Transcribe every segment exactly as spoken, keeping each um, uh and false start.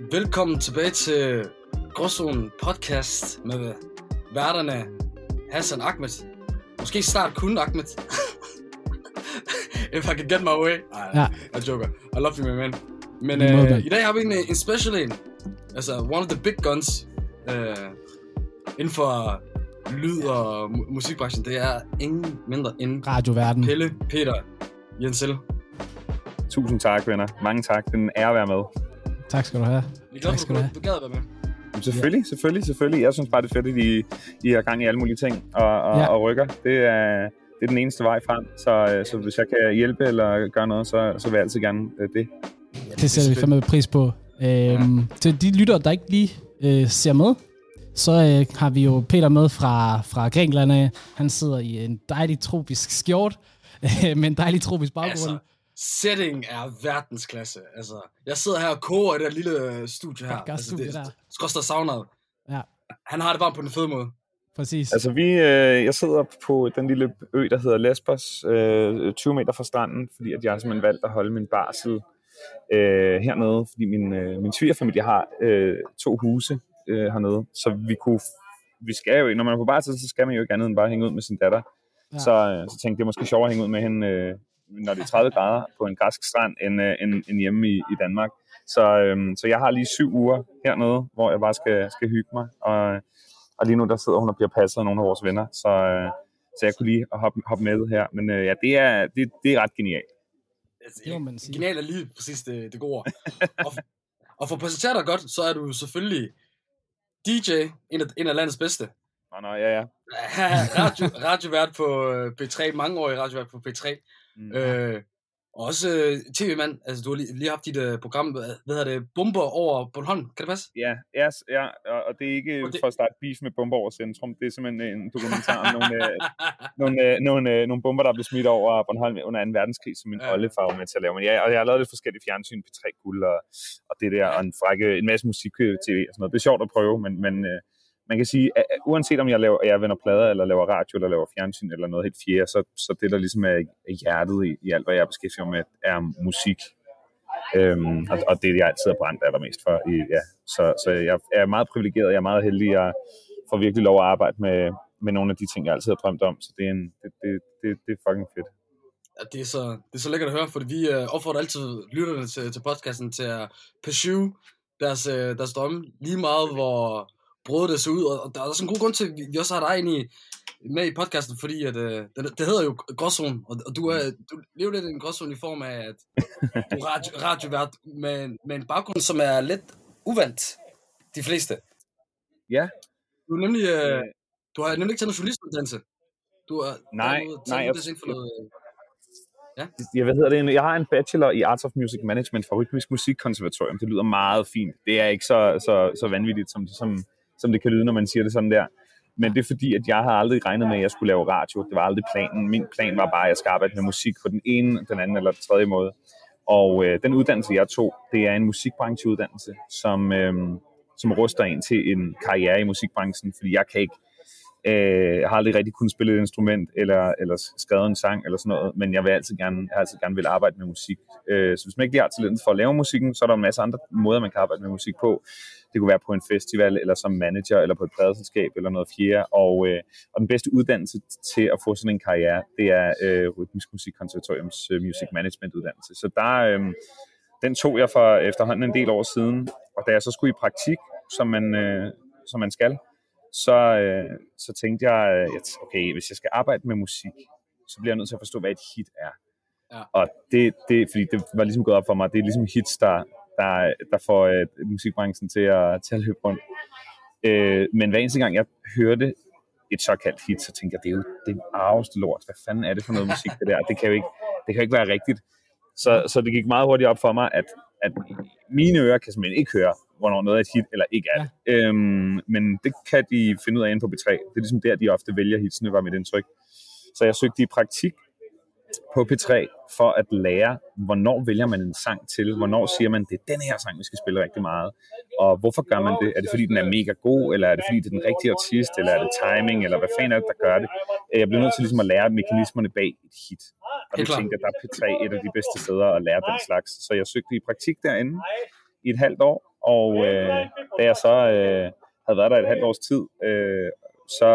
Velkommen tilbage til Gråzonen podcast med værterne Hassan Ahmed. Måske snart kun Ahmed. If I can get my way. Ej, ja. Jeg joker. I love you, my man. Men øh, i dag har vi en, en special en. Altså, one of the big guns øh, inden for lyd- og mu- musikbranchen. Det er ingen mindre end radioverden. Pelle Peter Jensel. Tusind tak, venner. Mange tak. Det er en ære at være med. Tak skal du have. Vi er glad for, at du gad at være med. Jamen, selvfølgelig, ja. selvfølgelig, selvfølgelig. Jeg synes bare, det er fedt, at I, I har gang i alle mulige ting og, og, ja. og rykker. Det er, det er den eneste vej frem. Så, så hvis jeg kan hjælpe eller gøre noget, så, så vil jeg altid gerne det. Det, det sætter vi fandme pris på. Øhm, ja. Til de lyttere, der ikke lige øh, ser med, så øh, har vi jo Peter med fra, fra Grækenland af. Han sidder i en dejlig tropisk skjort med en dejlig tropisk baggrund. Altså. Setting er verdensklasse. Altså, jeg sidder her og koger i det lille studie her. Altså, det er skrøster savnet. Ja. Han har det bare på den fede måde. Præcis. Altså, vi, øh, jeg sidder på den lille ø, der hedder Lesbos, øh, tyve meter fra stranden, fordi at jeg har simpelthen valgt at holde min barsel øh, hernede, fordi min, øh, min svigerfamilie har øh, to huse øh, hernede. Så vi kunne, vi skal jo, når man er på barsel, så skal man jo ikke andet end bare hænge ud med sin datter. Ja. Så, øh, så tænkte jeg, det er måske sjovere at hænge ud med hende, øh, når det er tredive grader på en græsk strand, end, øh, end, end hjemme i, i Danmark. Så, øhm, så jeg har lige syv uger hernede, hvor jeg bare skal, skal hygge mig. Og, og lige nu der sidder hun og bliver passet af nogle af vores venner, så, øh, så jeg kunne lige hoppe, hoppe med her. Men øh, ja, det er, det, det er ret genialt. Altså, genialt er lige præcis det, det gode ord. og, og for at præsentere dig godt, så er du selvfølgelig D J, en af, en af landets bedste. Nå, nå, ja, ja. Radio, radiovært på P tre, mange år i radiovært på P tre. Mm. Øh, også øh, tv-mand, altså du har lige, lige haft dit uh, program, hvad hedder det, Bomber over Bornholm, kan det passe? Ja, yes, ja, og det er ikke det... for at starte beef med Bomber over Centrum, det er simpelthen en dokumentar om nogle, øh, nogle, øh, nogle, øh, nogle bomber, der blev smidt over Bornholm under anden verdenskrig, som min ja. oldefar var med til at lave. Men ja, og jeg har lavet lidt forskellige fjernsyn, P tre Guld og, og det der, og en frække, en masse musik-tv og sådan noget. Det er sjovt at prøve, men, men øh, man kan sige, at uanset om jeg laver, jeg vender plader, eller laver radio, eller laver fjernsyn, eller noget helt fjerde, så, så det, der ligesom er hjertet i, i alt, hvad jeg beskæftiger mig med, er musik. Øhm, og, og det, jeg altid har brændt allermest for. I, ja. så, så jeg er meget privilegeret, jeg er meget heldig, jeg får virkelig lov at arbejde med, med nogle af de ting, jeg altid har drømt om. Så det er, en, det, det, det, det er fucking fedt. Ja, det, er så, det er så lækkert at høre, fordi vi uh, opfordrer altid lytterne til, til podcasten til at pursue deres, uh, deres drømme, lige meget hvor brødet det ser ud, og der er også en god grund til, at vi også har dig ind i, med i podcasten, fordi at, øh, det, det hedder jo Gråzonen, og, og du, er, du lever lidt i en gråzone i form af, at du er radio, radiovært med, med en baggrund, som er lidt uvandt, de fleste. Ja. Du er nemlig, øh, du har nemlig ikke taget noget journalistuddannelse. Du har nej, noget, nej. Jeg, for noget, øh, ja? jeg, hvad hedder det? Jeg har en bachelor i Arts of Music Management fra Rytmisk Musikkonservatorium. Det lyder meget fint. Det er ikke så, så, så vanvittigt, som, som som det kan lyde, når man siger det sådan der. Men det er fordi, at jeg har aldrig regnet med, at jeg skulle lave radio. Det var aldrig planen. Min plan var bare, at jeg skal arbejde med musik på den ene, den anden eller den tredje måde. Og øh, den uddannelse, jeg tog, det er en musikbrancheuddannelse, som, øh, som ruster en til en karriere i musikbranchen. Fordi jeg kan ikke, øh, jeg har aldrig rigtig kunnet spille et instrument, eller, eller skrevet en sang, eller sådan noget. Men jeg vil altid gerne, jeg har altid gerne vil arbejde med musik. Øh, så hvis man ikke lige har talent for at lave musikken, så er der en masse andre måder, man kan arbejde med musik på. Det kunne være på en festival, eller som manager, eller på et pladeselskab, eller noget fjerde. Og, øh, og den bedste uddannelse til at få sådan en karriere, det er øh, Rytmisk Musikkonservatoriums øh, Music Management uddannelse. Så der, øh, den tog jeg for efterhånden en del år siden. Og da jeg så skulle i praktik, som man, øh, som man skal, så, øh, så tænkte jeg, at okay, hvis jeg skal arbejde med musik, så bliver jeg nødt til at forstå, hvad et hit er. Ja. Og det, det, fordi det var ligesom gået op for mig, det er ligesom hits, der Der, der får øh, musikbranchen til at, til at løbe rundt. Øh, men hver eneste gang, jeg hørte et såkaldt hit, så tænkte jeg, det er jo det arveste lort. Hvad fanden er det for noget musik, det der? Det kan jo ikke, det kan jo ikke være rigtigt. Så, så det gik meget hurtigt op for mig, at, at mine ører kan simpelthen ikke høre, hvornår noget er et hit, eller ikke er det. Ja. Øhm, men det kan de finde ud af inde på P tre. Det er ligesom der, de ofte vælger hitsene, var mit indtryk. Så jeg søgte i praktik på P tre for at lære, hvornår vælger man en sang til, hvornår siger man, det er den her sang, vi skal spille rigtig meget, og hvorfor gør man det? Er det fordi, den er mega god, eller er det fordi, det er den rigtige artist, eller er det timing, eller hvad fanden er det, der gør det? Jeg blev nødt til ligesom at lære mekanismerne bag et hit, og jeg tænkte, at der er P tre et af de bedste steder at lære den slags, så jeg søgte i praktik derinde i et halvt år, og øh, da jeg så øh, havde været der et halvt års tid, øh, så,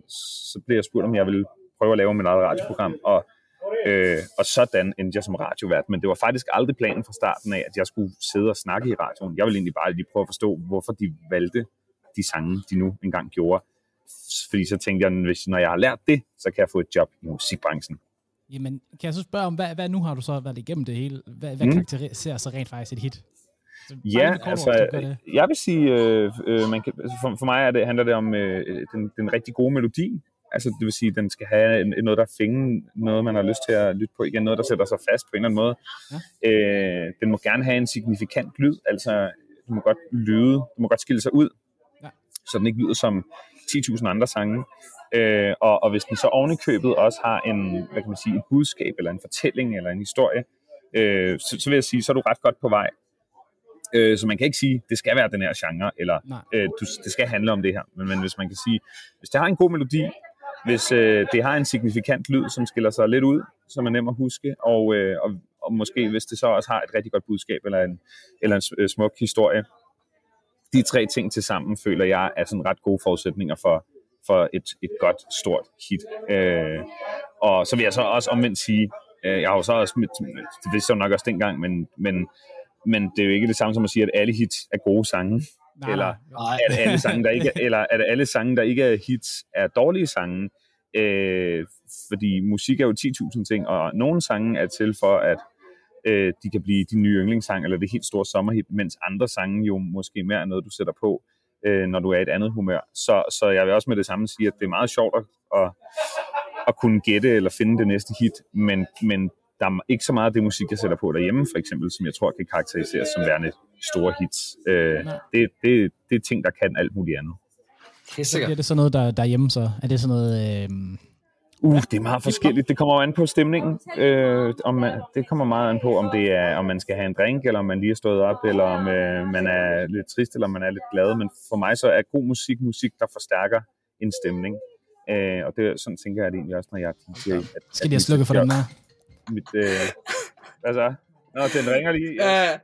så blev jeg spurgt, om jeg ville prøve at lave mit eget radioprogram, og, øh, og sådan endte jeg som radiovært. Men det var faktisk aldrig planen fra starten af, at jeg skulle sidde og snakke i radioen. Jeg ville egentlig bare lige prøve at forstå, hvorfor de valgte de sange, de nu engang gjorde. Fordi så tænkte jeg, hvis når jeg har lært det, så kan jeg få et job i musikbranchen. Jamen, kan jeg så spørge om, hvad, hvad nu har du så været igennem det hele? Hvad, hvad mm. karakteriserer så rent faktisk et hit? Så ja, altså, ord, jeg vil sige, øh, øh, man kan, for, for mig er det, handler det om øh, den, den rigtig gode melodi. Altså, det vil sige, den skal have noget, der fænger noget, man har lyst til at lytte på igen, noget, der sætter sig fast på en eller anden måde. Ja. Øh, den må gerne have en signifikant lyd, altså, den må godt lyde, den må godt skille sig ud, ja. Så den ikke lyder som ti tusind andre sange. Øh, og, og hvis den så oven i købet også har en, hvad kan man sige, et budskab, eller en fortælling, eller en historie, øh, så, så vil jeg sige, så er du ret godt på vej. Øh, så man kan ikke sige, det skal være den her genre, eller øh, du, det skal handle om det her. Men, men hvis man kan sige, hvis det har en god melodi, hvis øh, det har en signifikant lyd, som skiller sig lidt ud, som er nem at huske, og, øh, og, og måske hvis det så også har et rigtig godt budskab, eller en, eller en øh, smuk historie, de tre ting til sammen, føler jeg, er sådan ret gode forudsætninger for, for et, et godt, stort hit. Øh, og så vil jeg så også omvendt sige, øh, jeg har jo så også, det vidste jeg nok også dengang, men, men, men det er jo ikke det samme som at sige, at alle hits er gode sange. Nej, eller nej. At alle sange, der ikke er, eller at alle sange, der ikke er hits, er dårlige sange. Øh, fordi musik er jo ti tusind ting, og nogle sange er til for, at øh, de kan blive de nye yndlingssang, eller det helt store sommerhit, mens andre sange jo måske mere er noget, du sætter på, øh, når du er i et andet humør. Så, så jeg vil også med det samme sige, at det er meget sjovt at, at, at kunne gætte eller finde det næste hit, men, men der er ikke så meget af det musik, jeg sætter på derhjemme, for eksempel, som jeg tror kan karakteriseres som værende store hits. Øh, det, det, det er ting, der kan alt muligt andet. Så er det sådan noget, der, derhjemme så? Er det sådan noget... Øh... Uh, det er meget forskelligt. Det kommer jo an på stemningen. Øh, om man, det kommer meget an på, om det er, om man skal have en drink, eller om man lige er stået op, eller om øh, man er lidt trist, eller om man er lidt glad. Men for mig så er god musik musik, der forstærker en stemning. Øh, og det sådan tænker jeg det egentlig også, når jeg er D J. At, skal de have slukket for den her? Mit, øh, hvad så? Nå, den ringer lige. Ja. Ja,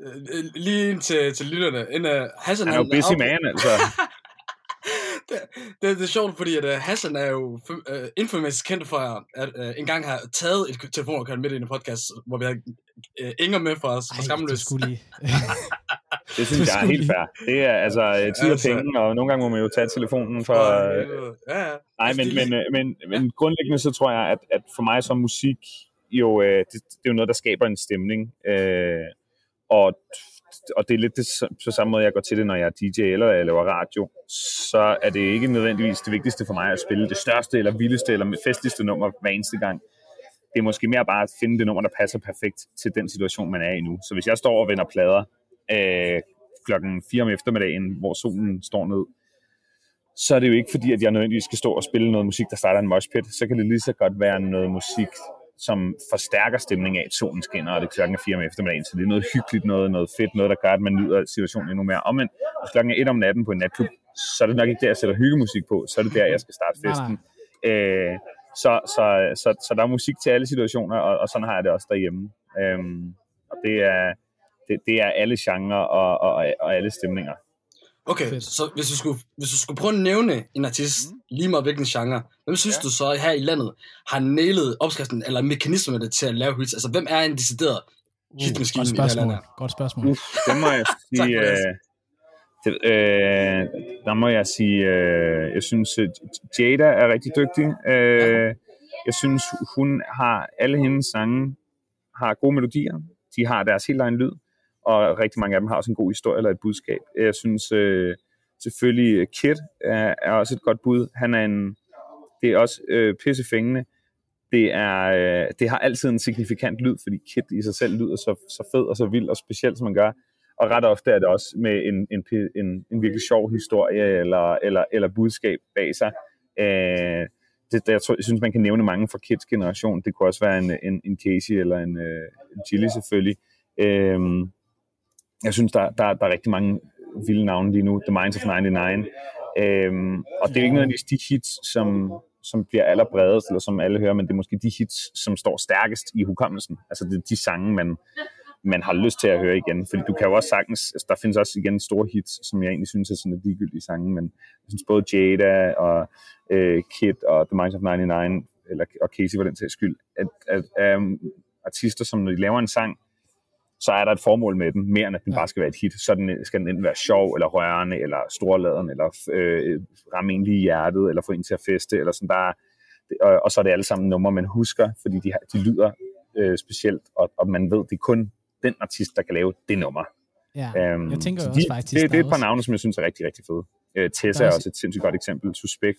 lige ind til, til lytterne. En, uh, Hassan, han er jo busy man, altså. det, det, det er sjovt, fordi at, uh, Hassan er jo uh, infamous kendt for at uh, engang har taget et telefon og kørt midt ind i en podcast, hvor vi har uh, Inger med fra os fra Skamløs. Det skulle lige. Det synes jeg er helt fair. Det er altså tid og penge, og nogle gange må man jo tage telefonen for... Uh... Ja, ja. Nej, men, men, men, men grundlæggende så tror jeg, at, at for mig som musik, jo, øh, det, det er jo noget, der skaber en stemning. Øh, og, og det er lidt det, på samme måde, jeg går til det, når jeg er D J eller jeg laver radio. Så er det ikke nødvendigvis det vigtigste for mig at spille det største, eller vildeste, eller festligste nummer hver eneste gang. Det er måske mere bare at finde det nummer, der passer perfekt til den situation, man er i nu. Så hvis jeg står og vender plader øh, klokken fire om eftermiddagen, hvor solen står ned, så er det jo ikke fordi, at jeg nødvendigvis skal stå og spille noget musik, der starter en moshpit. Så kan det lige så godt være noget musik, som forstærker stemningen af, at solen skinner, og det er klokken fire om eftermiddagen. Så det er noget hyggeligt, noget, noget fedt, noget, der gør, at man nyder situationen endnu mere. Og men hvis klokken er et om natten på en natklub, så er det nok ikke der, jeg sætter hyggemusik på. Så er det der, jeg skal starte festen. Øh, så, så, så, så der er musik til alle situationer, og, og sådan har jeg det også derhjemme. Øhm, og det er, det, det er alle genrer og, og, og alle stemninger. Okay, Fedt. Så hvis du, skulle, hvis du skulle prøve at nævne en artist, mm. lige meget hvilken genre, hvem synes ja. du så her i landet har nailet opskriften eller mekanismerne til at lave hits? Altså, hvem er en decideret uh, hitmaskine i det her landet? Godt spørgsmål. Uh, det må jeg sige... øh, det, øh, der må jeg sige... Øh, jeg synes, Jada er rigtig dygtig. Øh, ja. Jeg synes, hun har... Alle hendes sange har gode melodier. De har deres helt egen lyd. Og rigtig mange af dem har også en god historie eller et budskab. Jeg synes øh, selvfølgelig Kid er, er også et godt bud. Han er en, det er også øh, pissefængende. Det, er, øh, det har altid en signifikant lyd, fordi Kid i sig selv lyder så, så fed og så vild og specielt, som man gør. Og ret ofte er det også med en, en, en, en virkelig sjov historie eller, eller, eller budskab bag sig. Øh, det, jeg, tror, jeg synes, man kan nævne mange fra Kids generation. Det kunne også være en, en, en Casey eller en, øh, en Chili selvfølgelig. Øh, Jeg synes, der, der, der er rigtig mange vilde navne lige nu. The Minds of nioghalvfems. Øhm, og det er ikke nødvendigvis de hits, som, som bliver allerbredest, eller som alle hører, men det er måske de hits, som står stærkest i hukommelsen. Altså det er de sange, man, man har lyst til at høre igen. Fordi du kan jo også sagtens, altså, der findes også igen store hits, som jeg egentlig synes er sådan lidt ligegyldige sange, men jeg synes både Jada og øh, Kid og The Minds of nioghalvfems, eller, og Casey for den sags skyld, at, at, at um, artister, som når de laver en sang, så er der et formål med den, mere end at den bare skal være et hit. Så den, skal den enten være sjov, eller rørende, eller storladen, eller øh, ramme en lige i hjertet, eller få en til at feste, eller sådan der. Og, og så er det alle sammen numre, man husker, fordi de, de lyder øh, specielt, og, og man ved, det er kun den artist, der kan lave det nummer. Ja, um, jeg tænker også de, faktisk... Det, det er et par navne, som jeg synes er rigtig, rigtig fede. Uh, Tessa er også et sindssygt godt eksempel. Suspekt.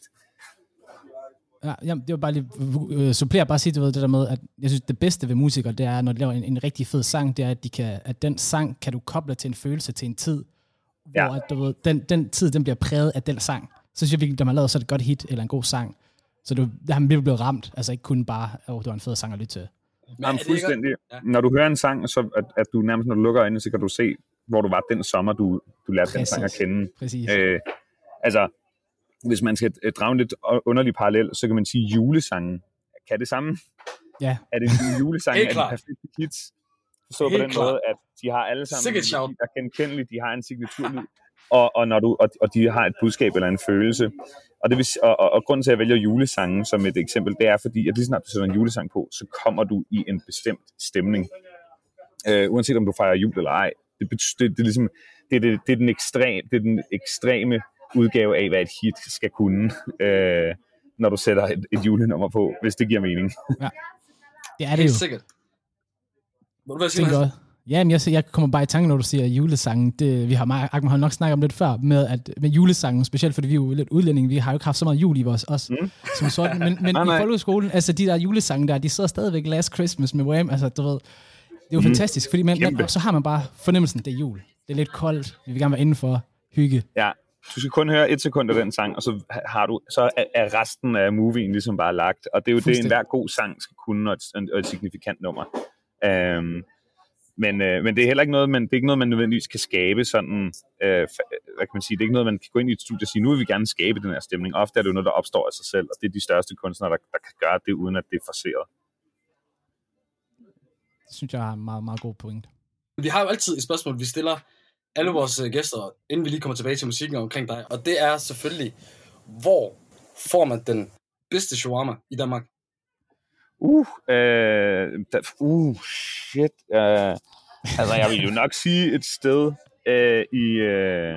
Ja, jamen, det var bare lige øh, supplere bare sige, du ved, det der med, at jeg synes, det bedste ved musikere, det er, når de laver en, en rigtig fed sang, det er, at, de kan, at den sang kan du koble til en følelse, til en tid, hvor ja. at, du ved, den, den tid, den bliver præget af den sang. Så synes jeg virkelig, når man laver så et godt hit, eller en god sang, så du, der har man virkelig blevet ramt, altså ikke kun bare, åh, oh, det var en fed sang at lytte til. Jamen, fuldstændig. Ja. Når du hører en sang, så at, at du nærmest, når du lukker øjnene, så kan du se, hvor du var den sommer, du, du lærte Præcis. den sang at kende. Præcis. Øh, altså, hvis man skal drage en lidt underlig parallel, så kan man sige, at julesangen kan det samme. Ja. Er det en julesang af de perfekte hits? Så på den klar. måde, at de har alle sammen en der er genkendelige, de har en signaturlyd, og, og, når du, og, og de har et budskab eller en følelse. Og, det vil, og, og, og grunden til, at jeg vælger julesangen som et eksempel, det er fordi, at lige snart du sætter en julesang på, så kommer du i en bestemt stemning. Uh, uanset om du fejrer jul eller ej. Det, det, det, det, er ligesom, det, er det, det, er den ekstrem, det er den ekstreme udgave af, hvad et hit skal kunne, uh, når du sætter et, et julenummer på, hvis det giver mening. Ja, det er det jo. Sikkert. Må du være sige noget? Ja, men jeg, jeg kommer bare i tanke, når du siger julesangen. Det, vi har, har nok snakket om lidt før, med, at, med julesangen, specielt fordi vi er jo lidt udlændinge, vi har jo ikke haft så meget jul i vores os, mm. som sådan. Men, men nej, nej. I folkeskolen, altså de der julesange der, de sidder stadigvæk Last Christmas med Wham, altså du ved, det er jo mm. fantastisk, fordi man, man, så har man bare fornemmelsen, det er jul. Det er lidt koldt, vi vil gerne være indenfor, hygge. Ja, du skal kun høre et sekund af den sang, og så har du, så er resten af movien ligesom bare lagt, og det er jo det, enhver god sang skal kunne, og et, og et signifikant nummer. Um, Men, øh, men det er heller ikke noget, man, det er ikke noget, man nødvendigvis kan skabe sådan, øh, hvad kan man sige, det er ikke noget, man kan gå ind i et studie og sige, nu vil vi gerne skabe den her stemning. Ofte er det jo noget, der opstår af sig selv, og det er de største kunstnere, der, der kan gøre det, uden at det er forceret. Det synes jeg er en meget, meget god point. Vi har jo altid et spørgsmål, vi stiller alle vores gæster, inden vi lige kommer tilbage til musikken omkring dig, og det er selvfølgelig, hvor får man den bedste shawarma i Danmark? Uh, øh, da, uh, shit. Uh, altså, jeg vil jo nok sige et sted uh, i, uh,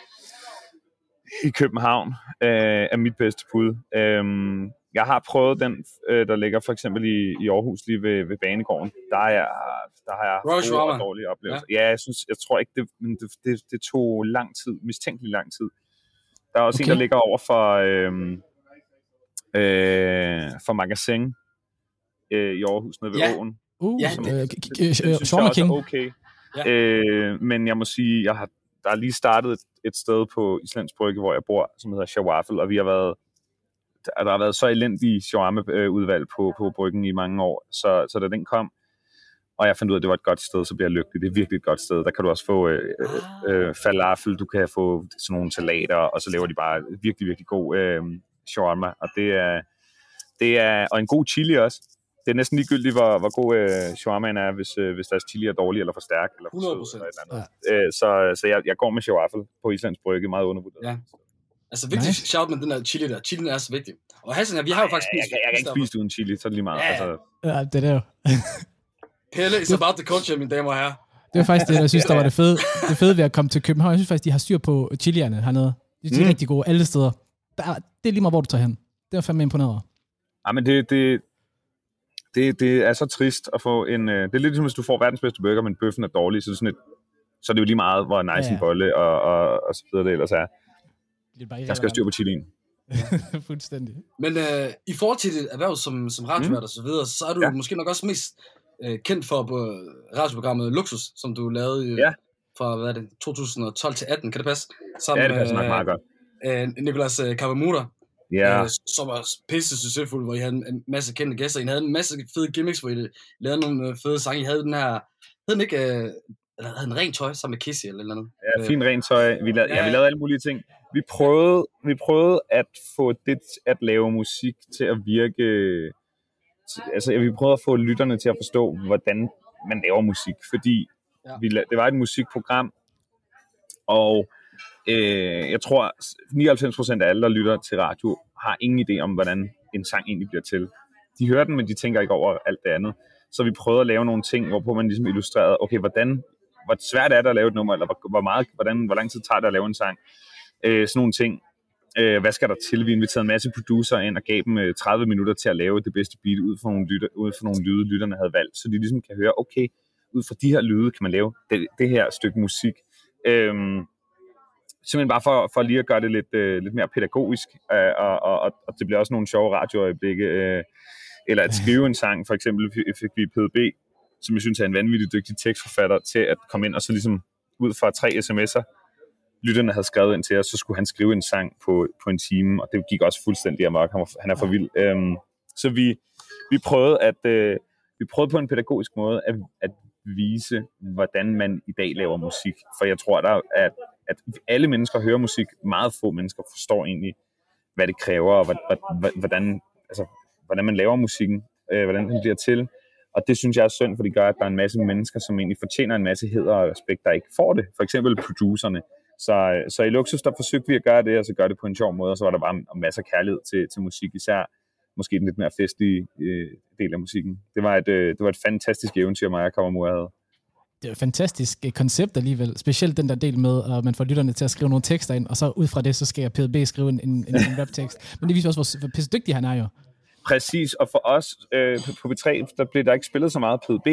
i København uh, er mit bedste bud. Um, jeg har prøvet den, uh, der ligger for eksempel i, i Aarhus, lige ved, ved Banegården. Der, er jeg, der har jeg gode og dårlige oplevelser. Ja, ja jeg, synes, jeg tror ikke, det, men det, det, det tog lang tid, mistænkeligt lang tid. Der er også okay. en, der ligger over for, uh, uh, for Magasin i Aarhus, nede ved ja. åen. Uh, ja, det, det, det synes jeg også er okay. Ja. Øh, men jeg må sige, jeg har, der er lige startet et, et sted på Islands Brygge, hvor jeg bor, som hedder Shawafel, og vi har været, der, der har været så elendige shawarma-udvalg på, på Bryggen i mange år, så, så da den kom, og jeg fandt ud af, at det var et godt sted, så bliver jeg lykkelig. Det er virkelig et godt sted. Der kan du også få øh, øh, falafel, du kan få sådan nogle salater, og så laver de bare virkelig, virkelig god øh, shawarma, og det er, det er, og en god chili også. Det er næsten ligegyldigt, hvor, hvor god øh, shawarmaen er, hvis, øh, hvis deres chili er dårlig, eller for stærk, eller for hundrede procent. Sød, eller et eller andet. Ja. Øh, så så jeg, jeg går med shawafel på Islands Brygge, meget undervurderet. Ja. Altså vigtigt nice. Shout med den der chili der. Chilien er så vigtig. Og Hassan, ja, vi har jo faktisk spist... Jeg, jeg, jeg kan ikke spise uden chili, så er det lige meget. Ja, altså. ja det er det jo. Pelle is about the culture, mine damer og herrer. Det var faktisk det, jeg synes, der var det fede, det fede ved at komme til København. Jeg synes faktisk, de har styr på chilierne hernede. De er mm. rigtig gode alle steder. Der, det er lige meget, hvor du tager hen. Det var fandme imponeret over. Ja, men det... det Det, det er så trist at få en... Øh, det er lidt ligesom, hvis du får verdens bedste burger, men bøffen er dårlig, så, det er sådan et, så er det jo lige meget, hvor nice ja, ja. en bolle og, og, og så videre det ellers er. Jeg skal have styr på chilien. Fuldstændig. Men øh, i forhold til det erhverv som, som radiovært mm. og så videre, så er du ja. måske nok også mest øh, kendt for på radioprogrammet Luxus, som du lavede øh, ja. fra hvad er det, to tusind og tolv til atten, kan det passe? Sammen ja, det passer nok meget godt. Øh, Nicolas øh, Kawamura. Ja. Øh, som var pisse succesfuld, hvor I havde en, en masse kendte gæster. I havde en masse fede gimmicks, hvor I lavede nogle øh, fede sange. I havde den her, hed den ikke, øh, eller havde en ren tøj sammen med Kissy eller noget. Ja, fin ren tøj. Vi lavede, ja. Ja, vi lavede alle mulige ting. Vi prøvede, vi prøvede at få det at lave musik til at virke, altså vi prøvede at få lytterne til at forstå, hvordan man laver musik, fordi Ja. Vi, det var et musikprogram, og øh, jeg tror, nioghalvfems procent af alle, der lytter til radio, har ingen idé om, hvordan en sang egentlig bliver til. De hører den, men de tænker ikke over alt det andet. Så vi prøvede at lave nogle ting, hvorpå man ligesom illustrerede, okay, hvordan, hvor svært er det at lave et nummer, eller hvor, hvor, meget, hvordan, hvor lang tid tager det at lave en sang. Øh, sådan nogle ting. Øh, hvad skal der til? Vi inviterede en masse producer ind og gav dem øh, tredive minutter til at lave det bedste beat ud fra nogle, lytter, ud fra nogle lyde, lytterne havde valgt. Så de ligesom kan høre, okay, ud fra de her lyde kan man lave det, det her stykke musik. Øh, simpelthen bare for, for lige at gøre det lidt, øh, lidt mere pædagogisk, øh, og, og, og det bliver også nogle sjove radioøjeblikke. Øh, eller at skrive en sang, for eksempel fik vi P D B, som jeg synes er en vanvittig dygtig tekstforfatter, til at komme ind og så ligesom ud fra tre sms'er, lytterne havde skrevet ind til os, så skulle han skrive en sang på, på en time, og det gik også fuldstændig amok. Han, han er for vild. Øhm, så vi, vi prøvede at øh, vi prøvede på en pædagogisk måde at, at vise, hvordan man i dag laver musik. For jeg tror, der er, at alle mennesker hører musik, meget få mennesker forstår egentlig, hvad det kræver, og hvordan, altså, hvordan man laver musikken, øh, hvordan den bliver til. Og det synes jeg er synd, for det gør, at der er en masse mennesker, som egentlig fortjener en masse hæder og respekt, der ikke får det. For eksempel producerne. Så, så i Luksus, der forsøgte vi at gøre det, og så gøre det på en sjov måde, og så var der bare en masse kærlighed til, til musik, især måske den lidt mere festlige øh, del af musikken. Det var et, øh, det var et fantastisk eventyr, Maja Kawamura havde. Det er et fantastisk koncept alligevel, specielt den der del med, at man får lytterne til at skrive nogle tekster ind, og så ud fra det, så skal P D B skrive en, en, en raptekst. Men det viser også, hvor pisse dygtig han er jo. Præcis, og for os øh, på B tre, der blev der ikke spillet så meget P D B,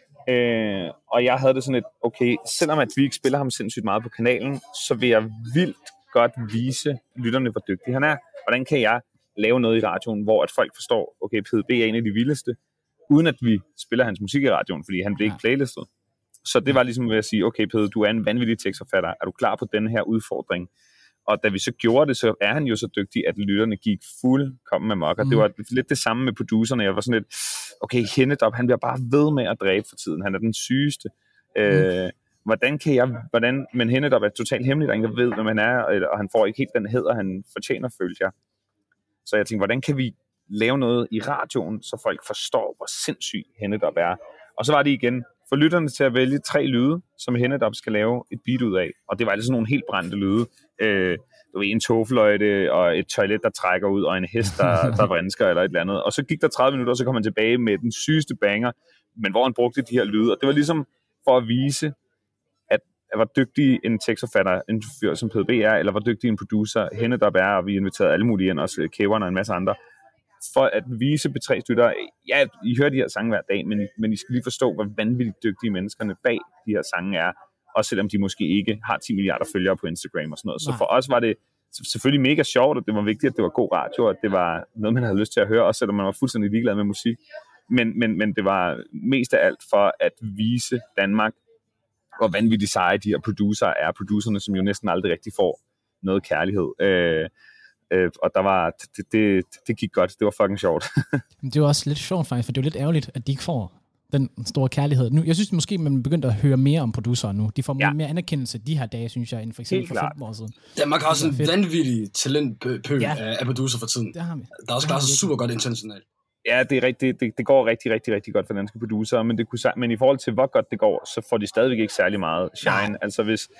øh, og jeg havde det sådan et, okay, selvom at vi ikke spiller ham sindssygt meget på kanalen, så vil jeg vildt godt vise lytterne, hvor dygtig han er. Hvordan kan jeg lave noget i radioen, hvor at folk forstår, okay, P D B er en af de vildeste, uden at vi spiller hans musik i radioen, fordi han blev ikke playlistet. Så det var ligesom ved at sige, okay Peder, du er en vanvittig tekstforfatter, er du klar på den her udfordring? Og da vi så gjorde det, så er han jo så dygtig, at lytterne gik fuldkommen amok. Og mm. det var lidt det samme med producerne. Jeg var sådan lidt, okay, Hennedop, han bliver bare ved med at dræbe for tiden. Han er den sygeste. Mm. Øh, hvordan kan jeg, hvordan, men Hennedop er totalt hemmelig, der ingen ved, hvem han er, og han får ikke helt den hæder, han fortjener, følte jeg. Så jeg tænkte, hvordan kan vi lave noget i radioen, så folk forstår, hvor sindssyg Hennedop er. Og så var det igen, for lytterne til at vælge tre lyde, som Hennedop skal lave et beat ud af. Og det var altså sådan nogle helt brændte lyde. Øh, det var en togfløjte, og et toilet, der trækker ud, og en hest, der, der vrinsker, eller et eller andet. Og så gik der tredive minutter, og så kom han tilbage med den sygeste banger, men hvor han brugte de her lyde. Og det var ligesom for at vise, at hvor dygtig en tekstforfatter, en fyr som P D B er, eller hvor dygtig en producer Hennedop er, og vi inviterede alle mulige ind, også Kæverne og en masse andre, for at vise B tre-støtter, ja, I hører de her sange hver dag, men, men I skal lige forstå, hvor vanvittigt dygtige menneskerne bag de her sange er, også selvom de måske ikke har ti milliarder følgere på Instagram og sådan noget. Så for os var det selvfølgelig mega sjovt, og det var vigtigt, at det var god radio, og det var noget, man havde lyst til at høre, også selvom man var fuldstændig ligeglad med musik. Men, men, men det var mest af alt for at vise Danmark, hvor vanvittigt seje de her producer er. Producerne, som jo næsten aldrig rigtig får noget kærlighed. Øh, Øh, og der var, det, det, det gik godt, det var fucking sjovt. Det var også lidt sjovt faktisk, for det er jo lidt ærgerligt, at de ikke får den store kærlighed. Nu, jeg synes måske, man begyndte at høre mere om producerer nu. De får ja. mere anerkendelse de her dage, synes jeg, end for eksempel for fem år siden. Danmark har også en vanvittig talentpøl ja. af producer for tiden. Det har vi. Der er også klaret sig super godt internationalt. Ja, det, er rigtig, det, det går rigtig, rigtig, rigtig godt for danske producer, men, det kunne, men i forhold til, hvor godt det går, så får de stadigvæk ikke særlig meget shine. Ja. Altså hvis...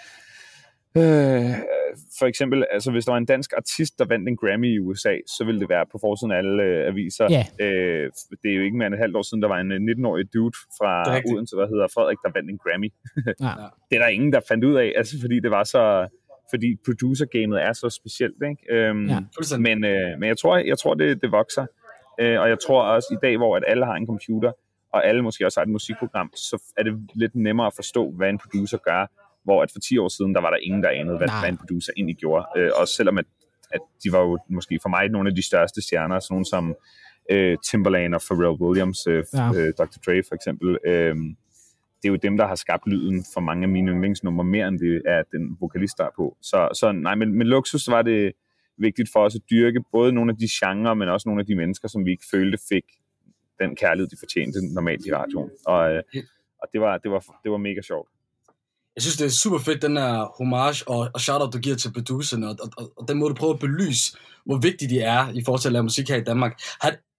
Øh, for eksempel, altså hvis der var en dansk artist, der vandt en Grammy i U S A, så ville det være på forsiden af alle øh, aviser. Yeah. Øh, det er jo ikke mere end et halvt år siden, der var en nitten-årig dude fra Odense, der hedder Frederik, der vandt en Grammy. Ja. Det er der ingen, der fandt ud af, altså fordi det var så, fordi producer-gamet er så specielt, ikke? Øhm, ja. Men, øh, men jeg tror, jeg tror det, det vokser. Øh, og jeg tror også i dag, hvor at alle har en computer, og alle måske også har et musikprogram, så er det lidt nemmere at forstå, hvad en producer gør. Hvor at for ti år siden, der var der ingen, der anede, hvad, hvad en producer egentlig gjorde. Øh, også selvom, at, at de var jo måske for mig nogle af de største stjerner, sådan nogle som øh, Timbaland og Pharrell Williams, øh, ja. øh, doktor Dre for eksempel. Øh, det er jo dem, der har skabt lyden for mange af mine yndlingsnumre, mere end det er den vokalist, der er på. Så, så nej, men med Luksus var det vigtigt for os at dyrke både nogle af de genrer, men også nogle af de mennesker, som vi ikke følte fik den kærlighed, de fortjente normalt i radioen. Og, øh, og det, var, det, var, det var mega sjovt. Jeg synes, det er super fedt, den her homage og, og shout-out, du giver til producerne, og, og, og den måde, du prøver at belyse, hvor vigtigt de er i forhold til at lave musik her i Danmark. Har,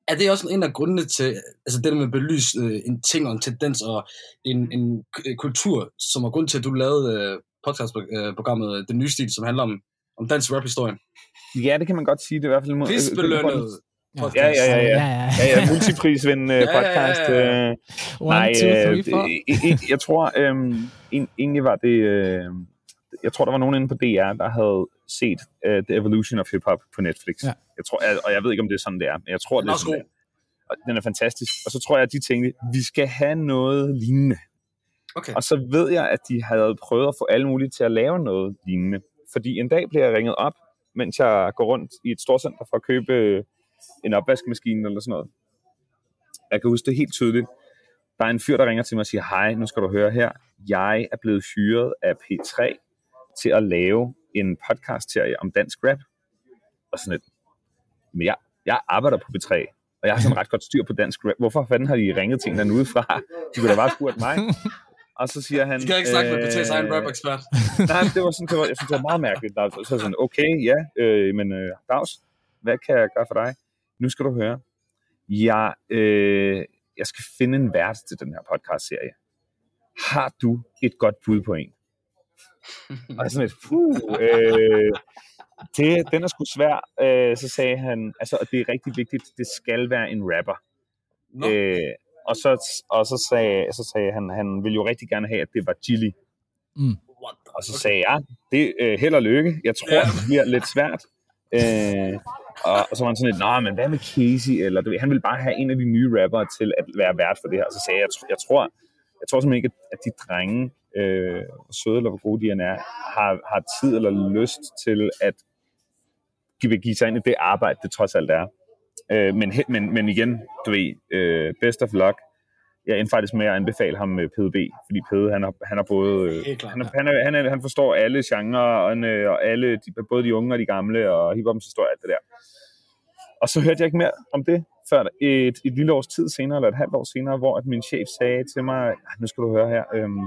er det også en af grundene til, altså det der med at belyse øh, en ting og en tendens og en, en kultur, som er grund til, at du lavede øh, podcastprogrammet Den Nye Stil, som handler om, om dansk rap-historien? Ja, det kan man godt sige. Det er i hvert fald en prisbelønnet podcast. Ja, ja, ja. ja. ja, ja multiprisvindende podcast. Ja, ja, ja. One, Nej, two, three, four. øh, jeg tror, øh, egentlig var det... Øh, jeg tror, der var nogen inde på D R, der havde set uh, The Evolution of Hip Hop på Netflix. Ja. Jeg tror, jeg, og jeg ved ikke, om det er sådan, det er, men jeg tror, det er sådan, det er. Og den er fantastisk. Og så tror jeg, at de tænkte, vi skal have noget lignende. Okay. Og så ved jeg, at de havde prøvet at få alle mulige til at lave noget lignende. Fordi en dag bliver jeg ringet op, mens jeg går rundt i et storcenter for at købe en opvaskemaskine eller sådan noget. Jeg kan huske det helt tydeligt. Der er en fyr, der ringer til mig og siger, hej, nu skal du høre her. Jeg er blevet hyret af P tre til at lave en podcast-serie om dansk rap. Og sådan et, men jeg, jeg arbejder på P tre, og jeg har sådan ret godt styr på dansk rap. Hvorfor fanden har I ringet til en eller udefra? De kunne da bare spurgt mig. Og så siger han... De kan ikke snakke øh, med P T's egen rap-ekspert. Nej, det var sådan, det var, jeg synes, det var meget mærkeligt. Så er sådan, okay, ja, øh, men øh, Dags, hvad kan jeg gøre for dig? Nu skal du høre. Jeg, øh, jeg skal finde en vært til den her podcast-serie. Har du et godt bud på en? Og sådan et, puh, øh, det, den er sgu svær. Øh, så sagde han, altså, og det er rigtig vigtigt, det skal være en rapper. No. Øh, og, så, og så sagde, så sagde han, han ville jo rigtig gerne have, at det var Gilly. Mm. Og så sagde jeg, det er øh, held og lykke. Jeg tror, yeah. det bliver lidt svært. Øh, og, og så var han sådan lidt, nå, men hvad med Casey? Eller, du ved, han ville bare have en af de nye rappere til at være vært for det her. Og så sagde jeg, jeg, jeg tror, jeg tror simpelthen ikke, at de drenge, øh, søde eller hvor gode de er, har, har tid eller lyst til at give, give sig ind i det arbejde, det trods alt er. Øh, men, men, men igen, du ved, øh, best of luck. Jeg endte faktisk med at anbefale ham med P D B, fordi P D, han har, han har både, øh, han, han, er, han, er, han forstår alle genrer, og, og alle, de, både de unge og de gamle, og hiphopens historie, alt det der. Og så hørte jeg ikke mere om det, før et, et lille års tid senere, eller et halvt år senere, hvor at min chef sagde til mig, nu skal du høre her, øhm,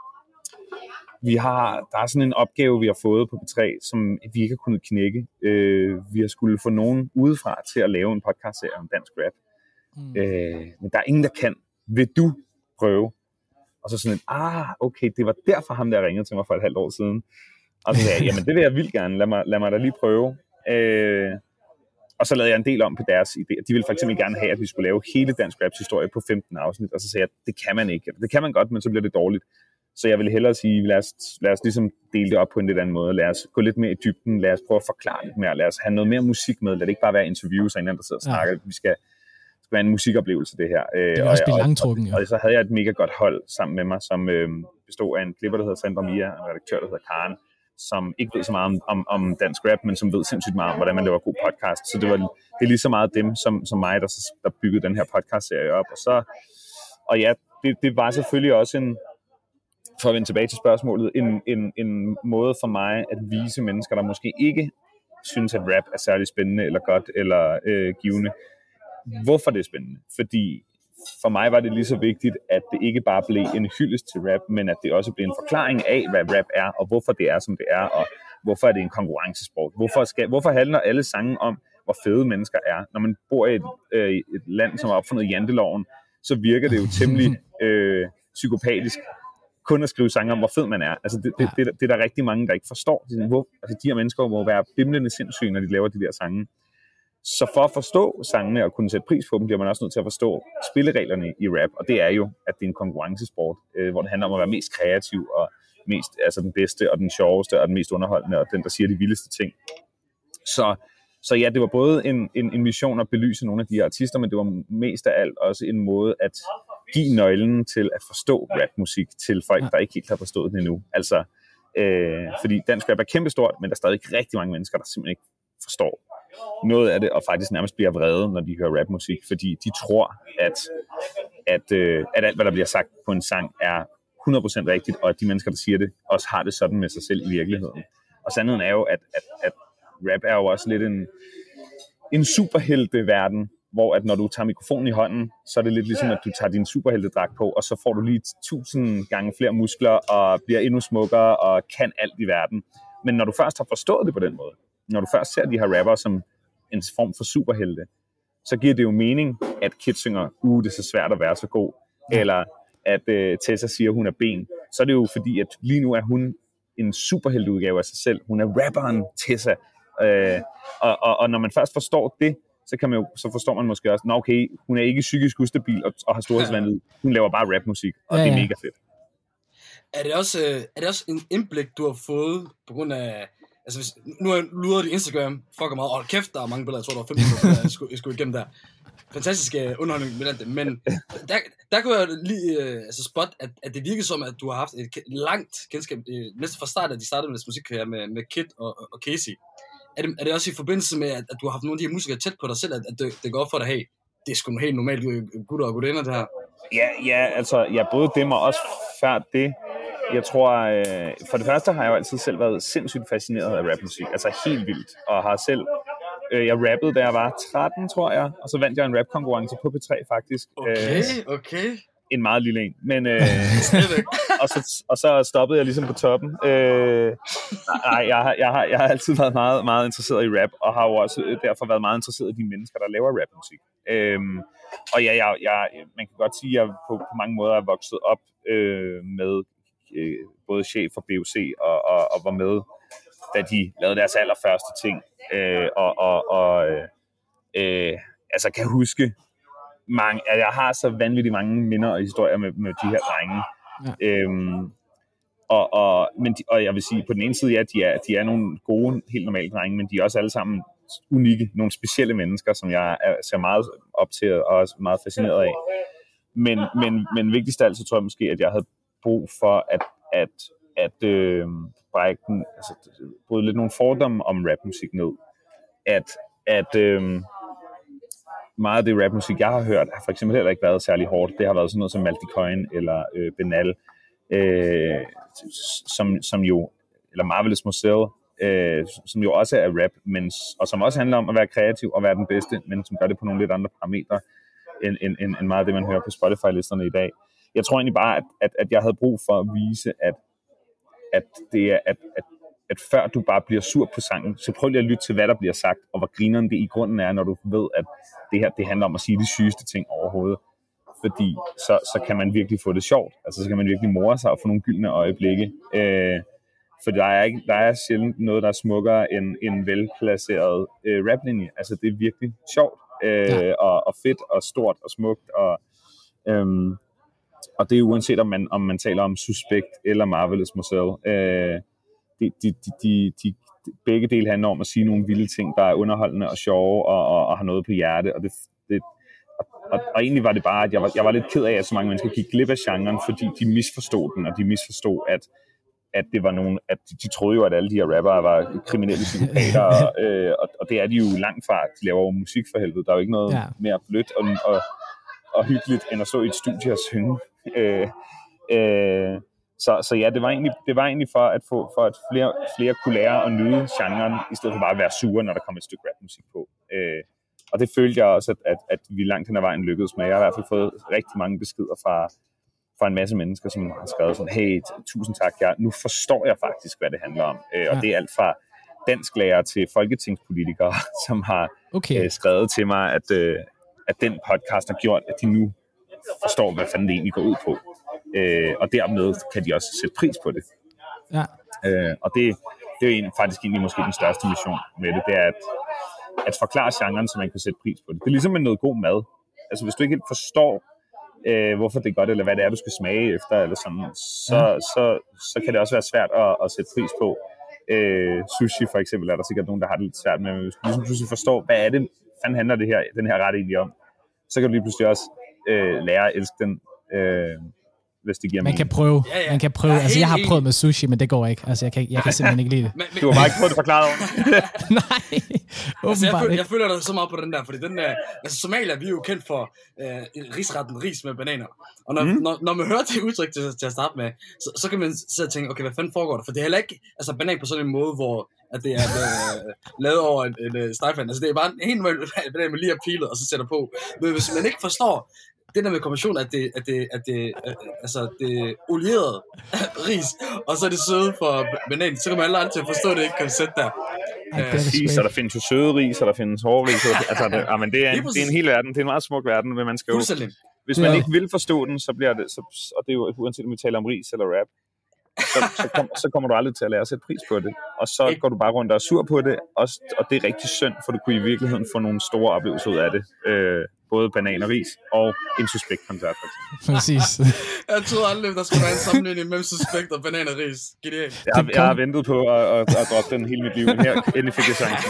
vi har, der er sådan en opgave, vi har fået på P tre, som vi ikke har kunnet knække. Øh, vi har skulle få nogen udefra til at lave en podcast-serie om dansk rap. Mm. Øh, men der er ingen, der kan. Vil du prøve? Og så sådan en, ah, okay, det var derfor ham, der ringede til mig for et halvt år siden. Og så sagde jeg, jamen det vil jeg vildt gerne, lad mig, lad mig da lige prøve. Øh, og så lavede jeg en del om på deres idé. De ville for eksempel gerne have, at vi skulle lave hele dansk raps historie på femten afsnit, og så sagde jeg, det kan man ikke. Det kan man godt, men så bliver det dårligt. Så jeg vil hellere sige, lad os, lad os ligesom dele det op på en lidt anden måde. Lad os gå lidt mere i dybden, lad os prøve at forklare lidt mere, lad os have noget mere musik med, lad det ikke bare være interviews og en anden, der sidder og snakker. Ja. Vi skal være en musikoplevelse, det her. Det er også blive langtrukken, ja. Og, og, og så havde jeg et mega godt hold sammen med mig, som øh, bestod af en klipper, der hedder Sandra Mia, og en redaktør, der hedder Karen, som ikke ved så meget om, om, om dansk rap, men som ved sindssygt meget om, hvordan man laver god podcast. Så det, var, det er lige så meget dem, som, som mig, der, der byggede den her podcast-serie op. Og, så, og ja, det, det var selvfølgelig også en, for at vende tilbage til spørgsmålet, en, en, en måde for mig at vise mennesker, der måske ikke synes, at rap er særlig spændende, eller godt, eller øh, givende, hvorfor det er spændende. Fordi for mig var det lige så vigtigt, at det ikke bare blev en hyldest til rap, men at det også blev en forklaring af, hvad rap er, og hvorfor det er, som det er, og hvorfor er det en konkurrencesport. Hvorfor, skal, hvorfor handler alle sange om, hvor fede mennesker er? Når man bor i et, øh, et land, som har opfundet janteloven, så virker det jo temmelig øh, psykopatisk kun at skrive sange om, hvor fed man er. Altså det, det, det, det er der rigtig mange, der ikke forstår. Hvor, altså de her mennesker må være bimlende sindssyge, når de laver de der sange. Så for at forstå sangene og kunne sætte pris på dem, bliver man også nødt til at forstå spillereglerne i rap, og det er jo, at det er en konkurrencesport, øh, hvor det handler om at være mest kreativ og mest, altså den bedste og den sjoveste og den mest underholdende og den, der siger de vildeste ting. Så, så ja, det var både en, en, en mission at belyse nogle af de her artister, men det var mest af alt også en måde at give nøglen til at forstå rapmusik til folk, der ikke helt har forstået den endnu. Altså, øh, fordi dansk rap er kæmpestort, men der er stadig rigtig mange mennesker, der simpelthen ikke forstår noget af det, og faktisk nærmest bliver vrede, når de hører rapmusik, fordi de tror, at, at, øh, at alt, hvad der bliver sagt på en sang, er hundrede procent rigtigt, og at de mennesker, der siger det, også har det sådan med sig selv i virkeligheden. Og sandheden er jo, at, at, at rap er jo også lidt en, en superhelteverden, hvor at når du tager mikrofonen i hånden, så er det lidt ligesom, at du tager din superheltedragt på, og så får du lige tusind gange flere muskler, og bliver endnu smukkere, og kan alt i verden. Men når du først har forstået det på den måde, når du først ser de her rapper som en form for superhelte, så giver det jo mening, at Kid synger, uh, det er så svært at være så god, ja. Eller at øh, Tessa siger, hun er ben. Så er det jo fordi, at lige nu er hun en superhelteudgave af sig selv. Hun er rapperen Tessa. Øh, og, og, og når man først forstår det, så, kan man jo, så forstår man måske også, at okay, hun er ikke psykisk ustabil og, og har storhedsvandet. Hun laver bare rapmusik, og ja, ja. Det er mega fedt. Er det også, øh, er det også en indblik, du har fået på grund af... Altså, hvis, nu har jeg luret i Instagram, fucker meget. Åh, kæft, der er mange billeder. Jeg tror, der var femten billeder, jeg skulle, jeg skulle igennem der. Fantastisk uh, underholdning med det. Men der, der kunne jeg lige uh, altså spot, at, at det virkede som, at du har haft et langt kendskab, uh, næsten fra start, at de startede med deres musikkarriere med, med Kid og, og Casey. Er det, er det også i forbindelse med, at, at du har haft nogle af de her musikere tæt på dig selv, at, at det, det går op for dig, hey, det er sgu nogle helt normalt gutter og gutinder, det her? Ja, ja, altså, jeg både dem og også før det. Jeg tror, øh, for det første har jeg jo altid selv været sindssygt fascineret af rapmusik. Altså helt vildt. Og har selv... Øh, jeg rappede, da jeg var tretten, tror jeg. Og så vandt jeg en rapkonkurrence på P tre, faktisk. Okay, okay. En meget lille en. Men, øh, og, så, og så stoppede jeg ligesom på toppen. Øh, nej, jeg har, jeg, har, jeg har altid været meget, meget interesseret i rap. Og har jo også derfor været meget interesseret i de mennesker, der laver rapmusik. Øh, og ja, jeg, jeg, man kan godt sige, at jeg på, på mange måder er vokset op øh, med... både chef for B O C og, og, og var med, da de lavede deres allerførste ting, øh, og, og, og øh, altså kan huske mange, at jeg har så vanvittigt mange minder og historier med, med de her drenge. Ja. Øhm, og, og, men de, og jeg vil sige, på den ene side, ja, de er, de er nogle gode, helt normale drenge, men de er også alle sammen unikke, nogle specielle mennesker, som jeg er, ser meget op til og også meget fascineret af. Men, men, men vigtigst af alt, så tror jeg måske, at jeg havde brug for at, at, at øh, brække den, altså, bryde lidt nogle fordomme om rapmusik ned. At, at øh, meget af det rapmusik, jeg har hørt, har for eksempel heller ikke været særlig hårdt. Det har været sådan noget som Malti Coin eller øh, Benal, øh, som, som jo, eller Marvelous Marcel, øh, som jo også er rap, men, og som også handler om at være kreativ og være den bedste, men som gør det på nogle lidt andre parametre, end, end, end meget af det, man hører på Spotify-listerne i dag. Jeg tror egentlig bare, at, at, at jeg havde brug for at vise, at, at, det er, at, at, at før du bare bliver sur på sangen, så prøv lige at lytte til, hvad der bliver sagt, og hvor grineren det i grunden er, når du ved, at det her det handler om at sige de sygeste ting overhovedet. Fordi så, så kan man virkelig få det sjovt. Altså så kan man virkelig more sig og få nogle gyldne øjeblikke. Øh, for der er, ikke, der er sjældent noget, der er smukkere end en velplaceret øh, raplinje. Altså det er virkelig sjovt, øh, ja. og, og fedt og stort og smukt. Og, øh, Og det er uanset om man, om man taler om Suspekt eller Marvelous Marcel. Øh, de, de, de, de, de, begge dele handler om at sige nogle vilde ting, der er underholdende og sjove og, og, og har noget på hjerte. Og, det, det, og, og, og egentlig var det bare, at jeg var, jeg var lidt ked af, at så mange mennesker gik glip af genren, fordi de misforstod den, og de misforstod, at, at det var nogen, at de, de troede jo, at alle de her rappere var kriminelle psykopater, og, øh, og, og det er de jo langt fra. De laver jo musik for helvede. Der er jo ikke noget ja. mere blødt og, og, og hyggeligt, end at stå i et studie og synge. Øh, øh, så, så ja, det var egentlig, det var egentlig for at få for at flere, flere kunne lære at nyde genren, i stedet for bare at være sure, når der kom et stykke rapmusik på. Øh, og det følte jeg også, at, at, at vi langt hen ad vejen lykkedes med. Jeg har i hvert fald fået rigtig mange beskeder fra, fra en masse mennesker, som har skrevet sådan, hey, tusind tak, jeg, nu forstår jeg faktisk, hvad det handler om. Øh, og ja. Det er alt fra dansklærer til folketingspolitikere, som har okay. øh, skrevet til mig, at, øh, at den podcast har gjort, at de nu forstår, hvad fanden det egentlig går ud på. Øh, og dermed kan de også sætte pris på det. Ja. Øh, og det, det er jo faktisk egentlig måske den største mission med det, det er at, at forklare genren, så man kan sætte pris på det. Det er ligesom med noget god mad. Altså hvis du ikke helt forstår, øh, hvorfor det er godt, eller hvad det er, du skal smage efter, eller sådan, så, ja. så, så kan det også være svært at, at sætte pris på. Øh, sushi for eksempel, er der sikkert nogen, der har det lidt svært med. Hvis du ligesom pludselig forstår, hvad er det, fanden handler det her, den her ret egentlig om, så kan du lige pludselig også øh, lære at elske den, øh, hvis det giver man mening. kan prøve. Ja, ja. Man kan prøve. Altså, jeg har prøvet med sushi, men det går ikke. Altså, jeg kan, jeg kan simpelthen ikke lide det. Men, men, du har bare ikke fået det forklaret over. Nej, altså, jeg, føler, jeg føler dig så meget på den der, fordi den der, altså Somalia, vi er jo kendt for øh, risretten ris med bananer. Og når, mm. når, når man hører det udtryk til, til at starte med, så, så kan man sidde og tænke, okay, hvad fanden foregår der? For det er heller ikke altså, banan på sådan en måde, hvor at det er øh, lavet over en, en, en stegfand. Altså det er bare en helt normal banan med lige pilet, og så sætter på. Men hvis man ikke forstår det der med kombination, at det, at det, at det, at, altså det olierede ris, og så er det søde for banan, så kan man aldrig til at forstå det ikke koncept der. Ej, det Præcis, så der findes jo søde ris, og der findes hårde ris. Altså, det, ja, men det, er en, det er en hel verden. Det er en meget smuk verden, men man skal jo... Hvis man ikke vil forstå den, så bliver det... Så, og det er jo uanset om vi taler om ris eller rap, så, så, kom, så kommer du aldrig til at lære at sætte pris på det. Og så går du bare rundt og er sur på det, og, og det er rigtig synd, for du kunne i virkeligheden få nogle store oplevelser ud af det. Øh, både banan og ris, og en Suspekt-koncert, for eksempel. Præcis. Jeg troede aldrig, der skulle være en sammenligning mellem Suspekt og banan og ris. Genialt. Jeg, har, jeg har ventet på at, at, at droppe den hele mit liv, men her endelig fik jeg chancen.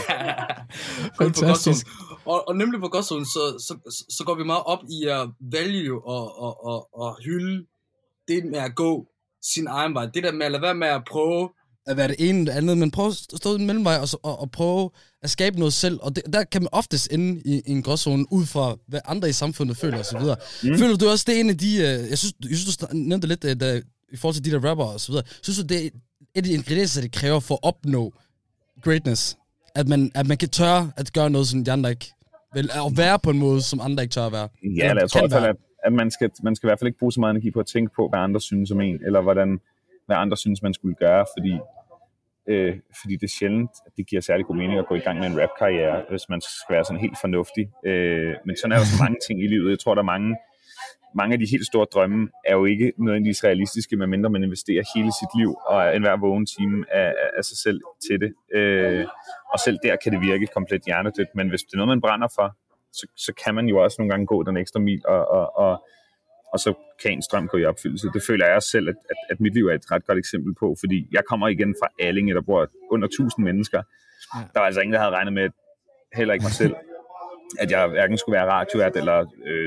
Fantastisk. Og, og nemlig på Godzonen, så, så, så går vi meget op i at vælge og, og, og, og hylde det med at gå sin egen vej. Det der med at lade være med at prøve at være det ene eller det andet, men prøve at stå i en mellemvej og, og, og prøve at skabe noget selv. Og det, der kan man oftest ende i, i en gråzone ud fra, hvad andre i samfundet føler og så videre. Mm. Føler du også, det er en af de... Jeg synes, jeg synes du nævnte lidt der, i forhold til de der rapper og så videre. Synes du, det er et af de ingredienser, det kræver for at opnå greatness? At man, at man kan tørre at gøre noget, som de andre ikke vil. At være på en måde, som andre ikke tør at være. Ja, eller jeg tror i hvert fald, at, at man, skal, man skal i hvert fald ikke bruge så meget energi på at tænke på, hvad andre synes om en, eller hvordan, hvad andre synes, man skulle gøre, fordi, øh, fordi det er sjældent, at det giver særlig god mening at gå i gang med en rap-karriere, hvis man skal være sådan helt fornuftig. Øh, men sådan er der så mange ting i livet. Jeg tror, der er mange, mange af de helt store drømme er jo ikke nødvendigvis realistiske, medmindre man investerer hele sit liv og enhver vågen time af, af sig selv til det. Øh, og selv der kan det virke komplet hjernedødt, men hvis det er noget, man brænder for, så, så kan man jo også nogle gange gå den ekstra mil, og, og, og, og så kan ens drøm gå i opfyldelse. Det føler jeg også selv, at, at, at mit liv er et ret godt eksempel på, fordi jeg kommer igen fra Allinge, der bor under tusind mennesker. Der var altså ingen, der havde regnet med, heller ikke mig selv, at jeg hverken skulle være radiovært eller øh,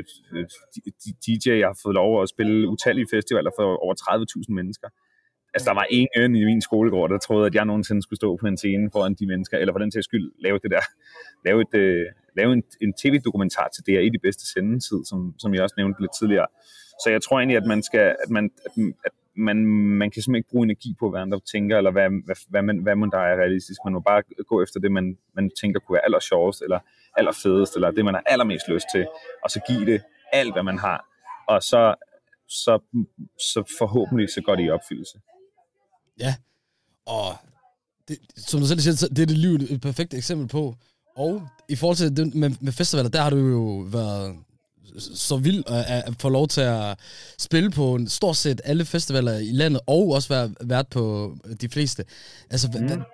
D J. Jeg har fået lov at spille utallige festivaler for over tredive tusind mennesker. Altså, der var ingen i min skolegård, der troede, at jeg nogensinde skulle stå på en scene foran de mennesker, eller for den sags skyld lave det der, lave, et, øh, lave en, en tv-dokumentar til D R I de bedste sendetid, som, som jeg også nævnte lidt tidligere. Så jeg tror egentlig, at man skal, at man, at, at man, man kan simpelthen ikke bruge energi på, hvad andre tænker, eller hvad, hvad, hvad, man, hvad man der er realistisk. Man må bare gå efter det, man, man tænker kunne være allersjovest, eller allerfedest, eller det, man har allermest lyst til, og så give det alt, hvad man har. Og så, så, så forhåbentlig så går det i opfyldelse. Ja, og det, som du selv siger, det er det liv et perfekt eksempel på. Og i forhold til det med, med festivaler, der har du jo været så vild at, at få lov til at spille på en stort set alle festivaler i landet, og også være vært på de fleste. Altså, mm. hvad...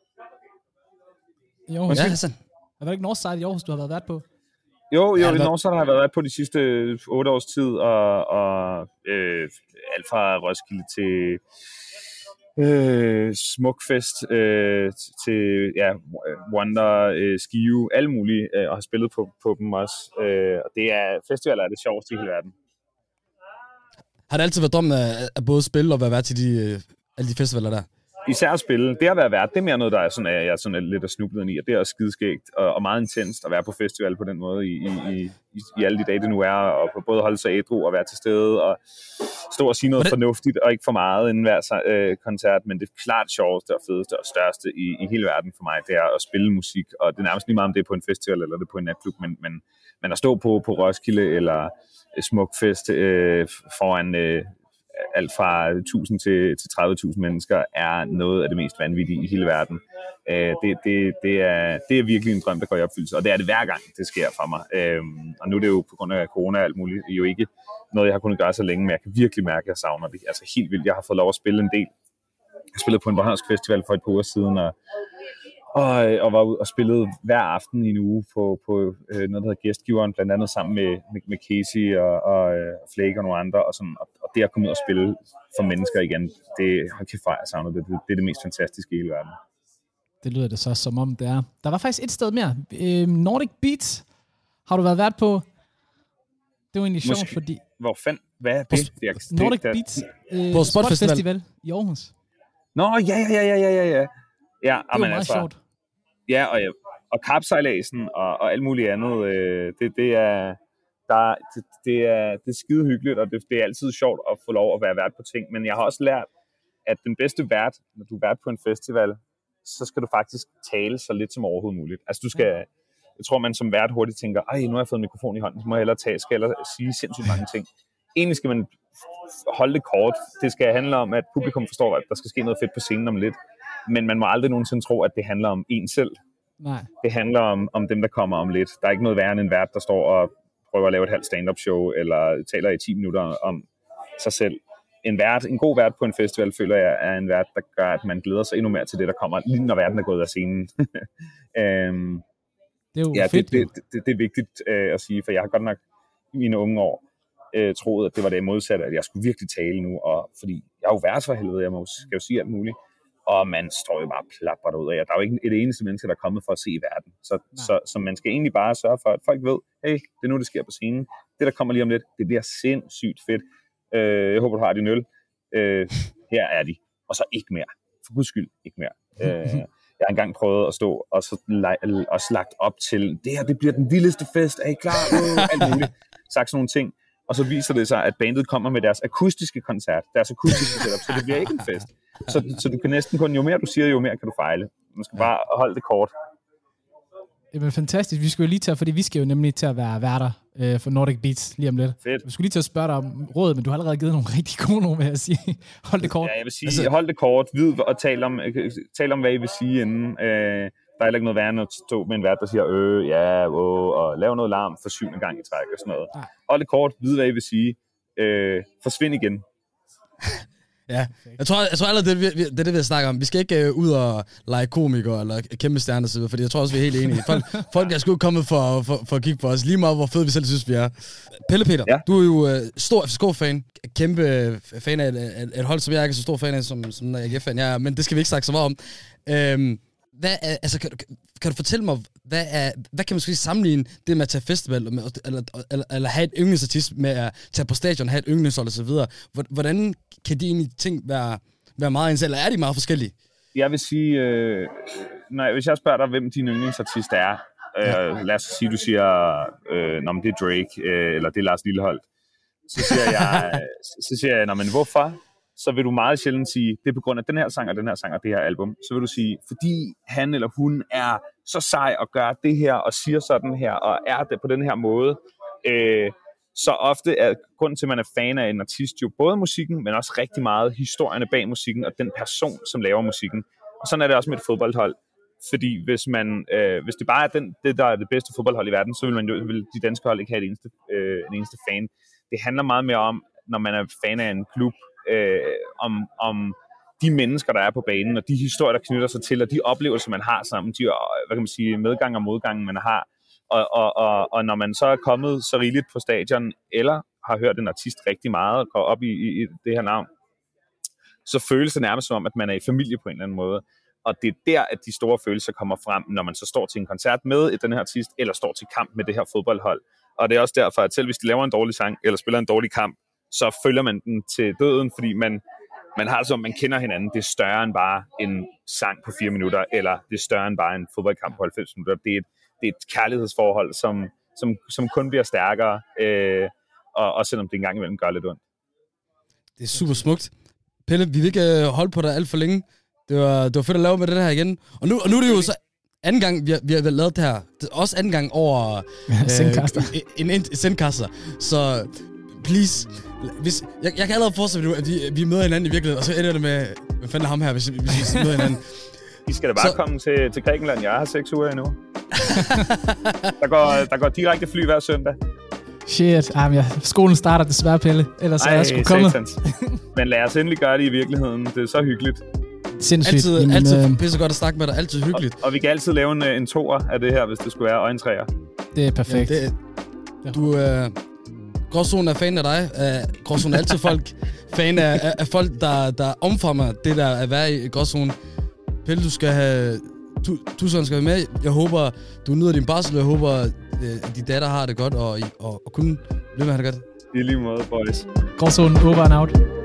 I Aarhus. Ja, Hassan. Er det ikke Northside i Aarhus, du har været vært på? Jo, jo, ja, i Northside har jeg været vært på de sidste otte års tid, og, og øh, alt fra Roskilde til øh, Smukfest, øh, til ja, Wonder, øh, Skive, alle mulige, øh, og har spillet på, på dem også. Øh, og det er, festivaler er det sjoveste i hele verden. Har det altid været drømmen at, at både spille og være vært til de, øh, alle de festivaler der? Især at spille. Det at være vært, det er mere noget, der er sådan, at jeg er sådan lidt af snublet i, og det er også skideskægt og, og meget intenst at være på festival på den måde i, i, i, i alle de dage, det nu er, og på både holde sig ædru og være til stede og stå og sige noget det... fornuftigt og ikke for meget inden hver øh, koncert, men det er klart sjoveste og fedeste og største i, i hele verden for mig, det er at spille musik, og det er nærmest lige meget om det er på en festival eller det er på en natklub, men, men, men at stå på, på Roskilde eller Smukfest øh, foran øh, alt fra tusind til, til tredive tusind mennesker er noget af det mest vanvittige i hele verden. Øh, det, det, det, er, det er virkelig en drøm, der går i opfyldelse, og det er det hver gang, det sker for mig. Øh, og nu er det jo på grund af corona og alt muligt, jo ikke noget, jeg har kunnet gøre så længe, men jeg kan virkelig mærke, at jeg savner det. Altså helt vildt. Jeg har fået lov at spille en del. Jeg spillede på en Bornholmsk festival for et par uger siden, og Og, og var ude og spillede hver aften i en uge på, på øh, noget, der hedder Gæstgiveren, blandt andet sammen med, med, med Casey og, og øh, Flake og nogle andre. Og, sådan, og, og det at komme ud og spille for mennesker igen, det har kæft for, jeg savner det. Det, det er det mest fantastiske i hele verden. Det lyder det så som om, det er. Der var faktisk et sted mere. Øh, Nordic Beats har du været vært på. Det var egentlig sjovt, fordi... Hvor fanden? Hvad er det? det Nordic det, Beats øh, på Spot Festival. Festival i Aarhus. Nå, ja, ja, ja, ja, ja, ja. Ja, det var meget altså, sjovt. Ja, og, og kapsejladsen og, og alt muligt andet, øh, det, det, er, der, det, det, er, det er skide hyggeligt, og det, det er altid sjovt at få lov at være vært på ting. Men jeg har også lært, at den bedste vært, når du er vært på en festival, så skal du faktisk tale så lidt som overhovedet muligt. Altså du skal, jeg tror man som vært hurtigt tænker, ej, nu har jeg fået en mikrofon i hånden, så må jeg hellere tage, skal jeg hellere sige sindssygt mange ting. Egentlig skal man holde det kort. Det skal handle om, at publikum forstår, at der skal ske noget fedt på scenen om lidt. Men man må aldrig nogensinde tro, at det handler om en selv. Nej. Det handler om, om dem, der kommer om lidt. Der er ikke noget værre end en vært, der står og prøver at lave et halvt stand-up show, eller taler i ti minutter om sig selv. En vært, en god vært på en festival, føler jeg, er en vært, der gør, at man glæder sig endnu mere til det, der kommer, lige når verden er gået af scenen. um, det er jo ja, fedt. Det, det, det, det er vigtigt uh, at sige, for jeg har godt nok i mine unge år uh, troet, at det var det modsatte, at jeg skulle virkelig tale nu, og fordi jeg er jo vært for helvede, jeg må, skal jo sige alt muligt. Og man står jo bare plapper derud af. Der er jo ikke et eneste menneske, der er kommet for at se verden. Så, så, så man skal egentlig bare sørge for, at folk ved, hey, det er nu, det sker på scenen. Det, der kommer lige om lidt, det bliver sindssygt fedt. Øh, jeg håber, du har din øl. Øh, her er de. Og så ikke mere. For guds skyld, ikke mere. Øh, jeg har engang prøvet at stå og så også lagt op til, det her, det bliver den vildeste fest. Er I klar? Øh, alt muligt. Sagt sådan nogle ting. Og så viser det sig, at bandet kommer med deres akustiske koncert, deres akustiske setup, så det bliver ikke en fest. Så, så du kan næsten kun, jo mere du siger, jo mere kan du fejle. Man skal bare holde det kort. Jamen fantastisk. Vi skulle jo lige til, fordi vi skal jo nemlig til at være værter øh, for Nordic Beats lige om lidt. Fedt. Vi skulle lige til at spørge dig om råd, men du har allerede givet nogle rigtig gode nogle, vil jeg sige. Hold det kort. Ja, jeg vil sige, altså, hold det kort, vid og tal om, tal om, hvad I vil sige inden. Øh, der er heller ikke noget værre, når du stå med en vært, der siger, øh, ja, åh, og lave noget larm for syvende gang i træk og sådan noget. Ja. Hold det kort, vid hvad I vil sige. Øh, forsvind igen. Ja, jeg tror, jeg tror allerede, det, det, det er det, vi snakker om. Vi skal ikke uh, ud og lege komikere eller kæmpe stjerner, så videre, fordi jeg tror også, vi er helt enige. Folk, folk er sgu ikke kommet for, for, for at kigge på os, lige meget hvor fed vi selv synes, vi er. Pelle Peter, ja. Du er jo uh, stor F C K-fan, kæmpe fan af et, et, et hold, som jeg ikke er så stor fan af, som, som A G F-fan, ja, men det skal vi ikke snakke så meget om. Øhm, hvad er, altså, kan, kan du fortælle mig, hvad, er, hvad kan man sige sammenligne det med at tage festival, med, eller, eller, eller have et yndlingsartist med at tage på stadion, have et yndlingshold og så videre? Hvordan kan de egentlig ting være, være meget ens, eller er de meget forskellige? Jeg vil sige, øh, når, hvis jeg spørger dig, hvem din yndlingsartist er, øh, ja. Lad os sige, du siger, øh, nå, men det er Drake, øh, eller det er Lars Lilleholdt, så siger jeg, så siger jeg, nå, men hvorfor? Så vil du meget sjældent sige, det er på grund af den her sang og den her sang og det her album. Så vil du sige, fordi han eller hun er så sej og gør det her og siger sådan her og er det på den her måde. Øh, så ofte er grunden til, at man er fan af en artist jo både musikken, men også rigtig meget historierne bag musikken og den person, som laver musikken. Og sådan er det også med et fodboldhold. Fordi hvis, man, øh, hvis det bare er den, det, der er det bedste fodboldhold i verden, så vil, man jo, vil de danske hold ikke have et eneste, øh, en eneste fan. Det handler meget mere om, når man er fan af en klub, Øh, om, om de mennesker, der er på banen, og de historier, der knytter sig til, og de oplevelser, man har sammen, de hvad kan man sige, medgang og modgang, man har. Og, og, og, og når man så er kommet så rigeligt på stadion, eller har hørt en artist rigtig meget, og går op i, i, i det her navn, så føles det nærmest som om, at man er i familie på en eller anden måde. Og det er der, at de store følelser kommer frem, når man så står til en koncert med den her artist, eller står til kamp med det her fodboldhold. Og det er også derfor, at selv hvis de laver en dårlig sang, eller spiller en dårlig kamp, så følger man den til døden, fordi man, man har det som, man kender hinanden. Det er større end bare en sang på fire minutter, eller det er større end bare en fodboldkamp på halvfems minutter. Det er et, det er et kærlighedsforhold, som, som, som kun bliver stærkere, øh, og, og selvom det engang imellem gør lidt ondt. Det er super smukt. Pelle, vi vil ikke holde på dig alt for længe. Det var, det var fedt at lave med det her igen. Og nu, og nu er det jo så anden gang, vi har, vi har lavet det her. Det er også anden gang over Sendkaster. øh, en, en sendkaster. Så please, hvis, jeg, jeg kan allerede forestille mig, at vi, vi møder hinanden i virkeligheden, og så ender det med, hvad fanden er ham her, hvis, hvis vi møder hinanden. I skal da bare så komme til, til Grækenland. Jeg har seks uger endnu. der, går, der går direkte fly hver søndag. Shit, ah, ja. Skolen starter desværre, Pelle. Ellers Ej, er jeg sgu kommet. Men lad os endelig gøre det i virkeligheden. Det er så hyggeligt. Sindssygt. Altid, Jamen, altid øh... pisse godt at snakke med dig. Altid hyggeligt. Og, og vi kan altid lave en, en toer af det her, hvis det skulle være øjentræer. Det er perfekt. Ja, det, du, øh, Gråzonen er fan af dig. Uh, Gråzonen er altid folk fan af, af, af folk, der, der omfavner det der at være i Gråzonen. Pelle, du skal have... Tu, tusind skal være med. Jeg håber, du nyder din barsel. Jeg håber, at din datter har det godt, og, og, og kun blive med at have det godt. I lige måde, boys. Gråzonen, over and out.